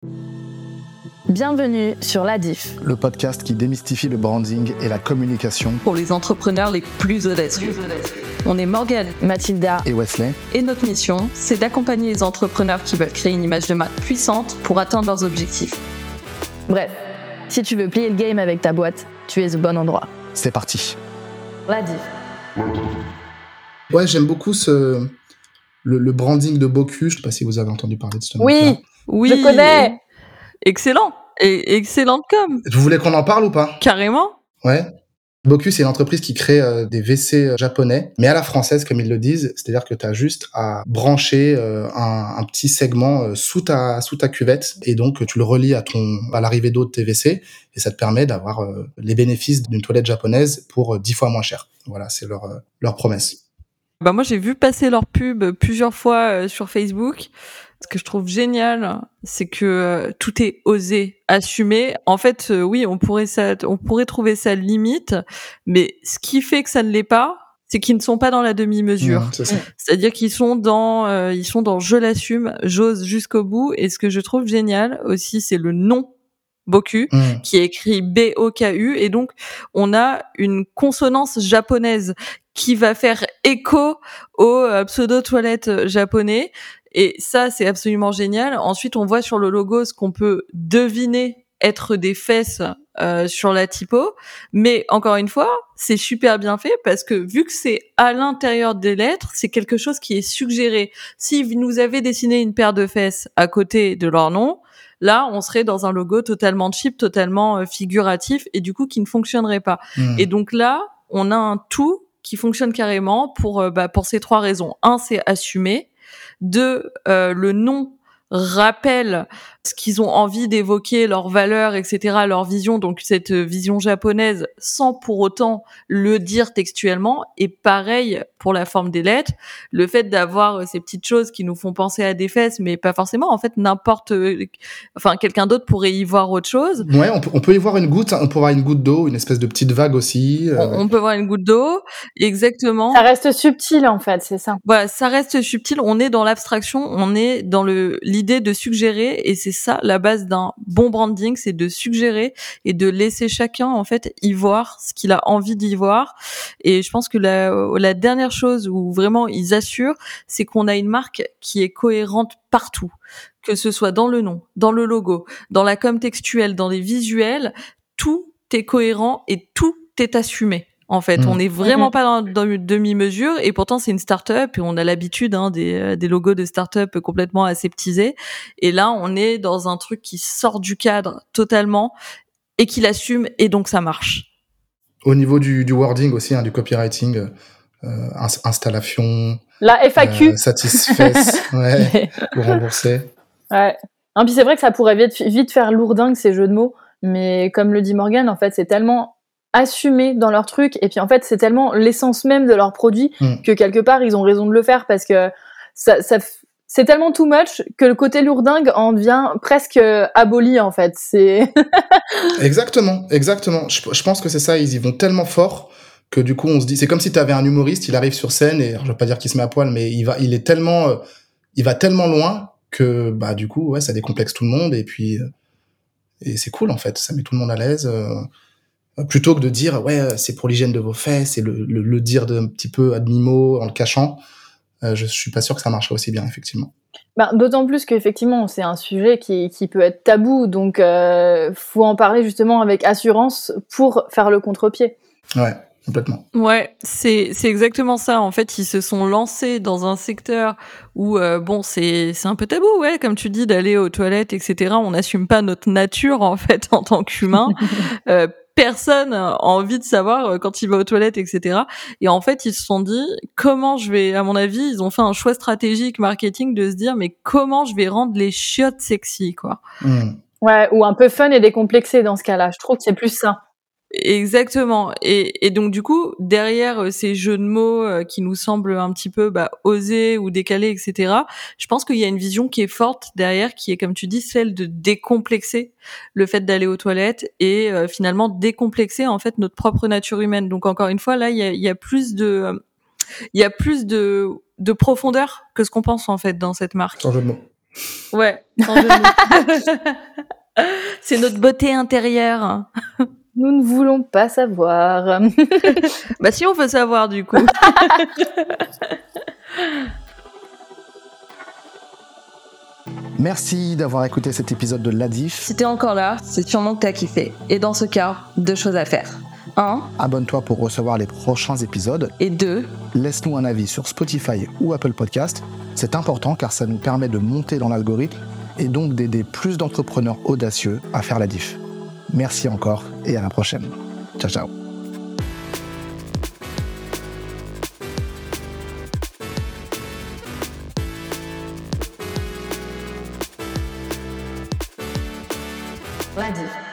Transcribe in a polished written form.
Bienvenue sur La Diff, le podcast qui démystifie le branding et la communication pour les entrepreneurs les plus audacieux. On est Morgane, Mathilda et Wesley. Et notre mission, c'est d'accompagner les entrepreneurs qui veulent créer une image de marque puissante pour atteindre leurs objectifs. Bref, si tu veux plier le game avec ta boîte, tu es au bon endroit. C'est parti. La Diff. Ouais, j'aime beaucoup le branding de Boku. Je sais pas si vous avez entendu parler de ce nom-là. Oui, je connais. Excellent. Et excellente com. Vous voulez qu'on en parle ou pas ? Carrément. Ouais. Boku, c'est une entreprise qui crée des WC japonais, mais à la française, comme ils le disent. C'est-à-dire que tu as juste à brancher un petit segment sous ta cuvette, et donc tu le relis à l'arrivée d'eau de tes WC, et ça te permet d'avoir les bénéfices d'une toilette japonaise pour 10 fois moins cher. Voilà, c'est leur promesse. Moi, j'ai vu passer leur pub plusieurs fois sur Facebook. Ce que je trouve génial, c'est que tout est osé, assumé. En fait, oui, on pourrait trouver ça limite, mais ce qui fait que ça ne l'est pas, c'est qu'ils ne sont pas dans la demi-mesure. C'est ça. C'est-à-dire qu'ils sont dans je l'assume, j'ose jusqu'au bout. Et ce que je trouve génial aussi, c'est le nom Boku, qui est écrit B-O-K-U, et donc on a une consonance japonaise qui va faire écho aux pseudo-toilettes japonais. Et ça, c'est absolument génial. Ensuite, on voit sur le logo ce qu'on peut deviner être des fesses sur la typo. Mais encore une fois, c'est super bien fait parce que vu que c'est à l'intérieur des lettres, c'est quelque chose qui est suggéré. Si vous nous avez dessiné une paire de fesses à côté de leur nom, là, on serait dans un logo totalement cheap, totalement figuratif et du coup qui ne fonctionnerait pas. Et donc là, on a un tout qui fonctionne carrément pour ces trois raisons. 1, c'est assumé. 2, le nom rappelle ce qu'ils ont envie d'évoquer, leurs valeurs, etc., leur vision, donc cette vision japonaise, sans pour autant le dire textuellement. Et pareil pour la forme des lettres, le fait d'avoir ces petites choses qui nous font penser à des fesses, mais pas forcément, en fait, quelqu'un d'autre pourrait y voir autre chose. Ouais, on peut y voir une goutte, on peut voir une goutte d'eau, une espèce de petite vague aussi. On peut voir une goutte d'eau, exactement. Ça reste subtil, en fait, c'est ça. Voilà, ça reste subtil, on est dans l'abstraction, on est dans l'idée de suggérer, et c'est ça la base d'un bon branding, c'est de suggérer et de laisser chacun en fait y voir ce qu'il a envie d'y voir. Et je pense que la dernière chose où vraiment ils assurent, c'est qu'on a une marque qui est cohérente partout, que ce soit dans le nom, dans le logo, dans la com textuelle, dans les visuels, tout est cohérent et tout est assumé. En fait, on n'est vraiment pas dans une demi-mesure, et pourtant c'est une start-up et on a l'habitude des logos de start-up complètement aseptisés. Et là, on est dans un truc qui sort du cadre totalement et qui l'assume, et donc ça marche. Au niveau du wording aussi, du copywriting, installation, la FAQ, satisface, ouais, ou rembourser. Ouais. Non, puis c'est vrai que ça pourrait vite faire lourdingue ces jeux de mots, mais comme le dit Morgane, en fait, c'est tellement assumé dans leur truc, et puis en fait c'est tellement l'essence même de leur produit que quelque part ils ont raison de le faire, parce que ça c'est tellement too much que le côté lourdingue en devient presque aboli, en fait. C'est exactement. Je pense que c'est ça, ils y vont tellement fort que du coup on se dit, c'est comme si t'avais un humoriste, il arrive sur scène, et alors, je veux pas dire qu'il se met à poil, mais il va tellement loin que du coup ouais, ça décomplexe tout le monde, et puis et c'est cool en fait, ça met tout le monde à l'aise. Plutôt que de dire ouais, c'est pour l'hygiène de vos fesses, et le dire d'un petit peu à demi-mot en le cachant, je suis pas sûr que ça marcherait aussi bien, effectivement. D'autant plus qu'effectivement c'est un sujet qui peut être tabou, donc faut en parler justement avec assurance pour faire le contre-pied. Ouais, complètement. Ouais, c'est exactement ça. En fait, ils se sont lancés dans un secteur où c'est un peu tabou, ouais, comme tu dis, d'aller aux toilettes, etc. On n'assume pas notre nature en fait en tant qu'humain. Personne a envie de savoir quand il va aux toilettes, etc. Et en fait, ils se sont dit, à mon avis, ils ont fait un choix stratégique marketing de se dire, mais comment je vais rendre les chiottes sexy, quoi. Ouais, ou un peu fun et décomplexé dans ce cas-là. Je trouve que c'est plus ça. Exactement. Et donc du coup, derrière ces jeux de mots qui nous semblent un petit peu osés ou décalés, etc., je pense qu'il y a une vision qui est forte derrière, qui est, comme tu dis, celle de décomplexer le fait d'aller aux toilettes et finalement décomplexer en fait notre propre nature humaine. Donc encore une fois, là, il y a plus de profondeur que ce qu'on pense en fait dans cette marque. Sans jeu de mots. Ouais, sans jeu de mots. C'est notre beauté intérieure. Nous ne voulons pas savoir. Bah si on veut savoir du coup. Merci d'avoir écouté cet épisode de La Diff. Si t'es encore là, c'est sûrement que t'as kiffé. Et dans ce cas, 2 choses à faire. 1. Abonne-toi pour recevoir les prochains épisodes. Et 2. Laisse-nous un avis sur Spotify ou Apple Podcast. C'est important car ça nous permet de monter dans l'algorithme et donc d'aider plus d'entrepreneurs audacieux à faire la diff. Merci encore et à la prochaine. Ciao, ciao. La diff.